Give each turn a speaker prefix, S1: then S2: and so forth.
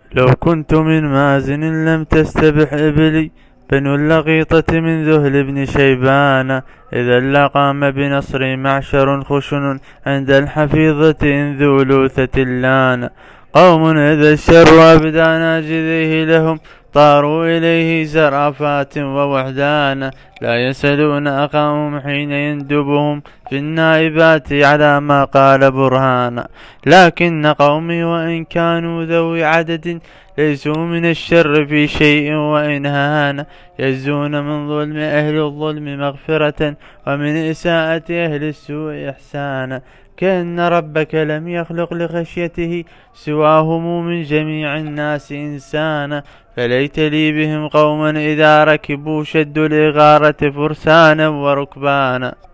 S1: لو كنت من مازن لم تستبح إبلي، بنو اللقيطة من ذهل بن شيبان، إذا لقام بنصري معشر خشن، عند الحفيظة إن ذو لوثة لان. قوم إذا الشر أبدى ناجذيه لهم، طاروا إليه زرافات ووحدان، لا يسألون أخاهم حين يندبهم في النائبات على ما قال برهان. لكن قومي وإن كانوا ذوي عدد، ليسوا من الشر في شيء وإن هان، يجزون من ظلم أهل الظلم مغفرة، ومن إساءة أهل السوء إحسانا. كأن ربك لم يخلق لخشيته سواهم من جميع الناس إنسانا، فليت لي بهم قوما إذا ركبوا شدوا الإغارة فرسانا وركبانا.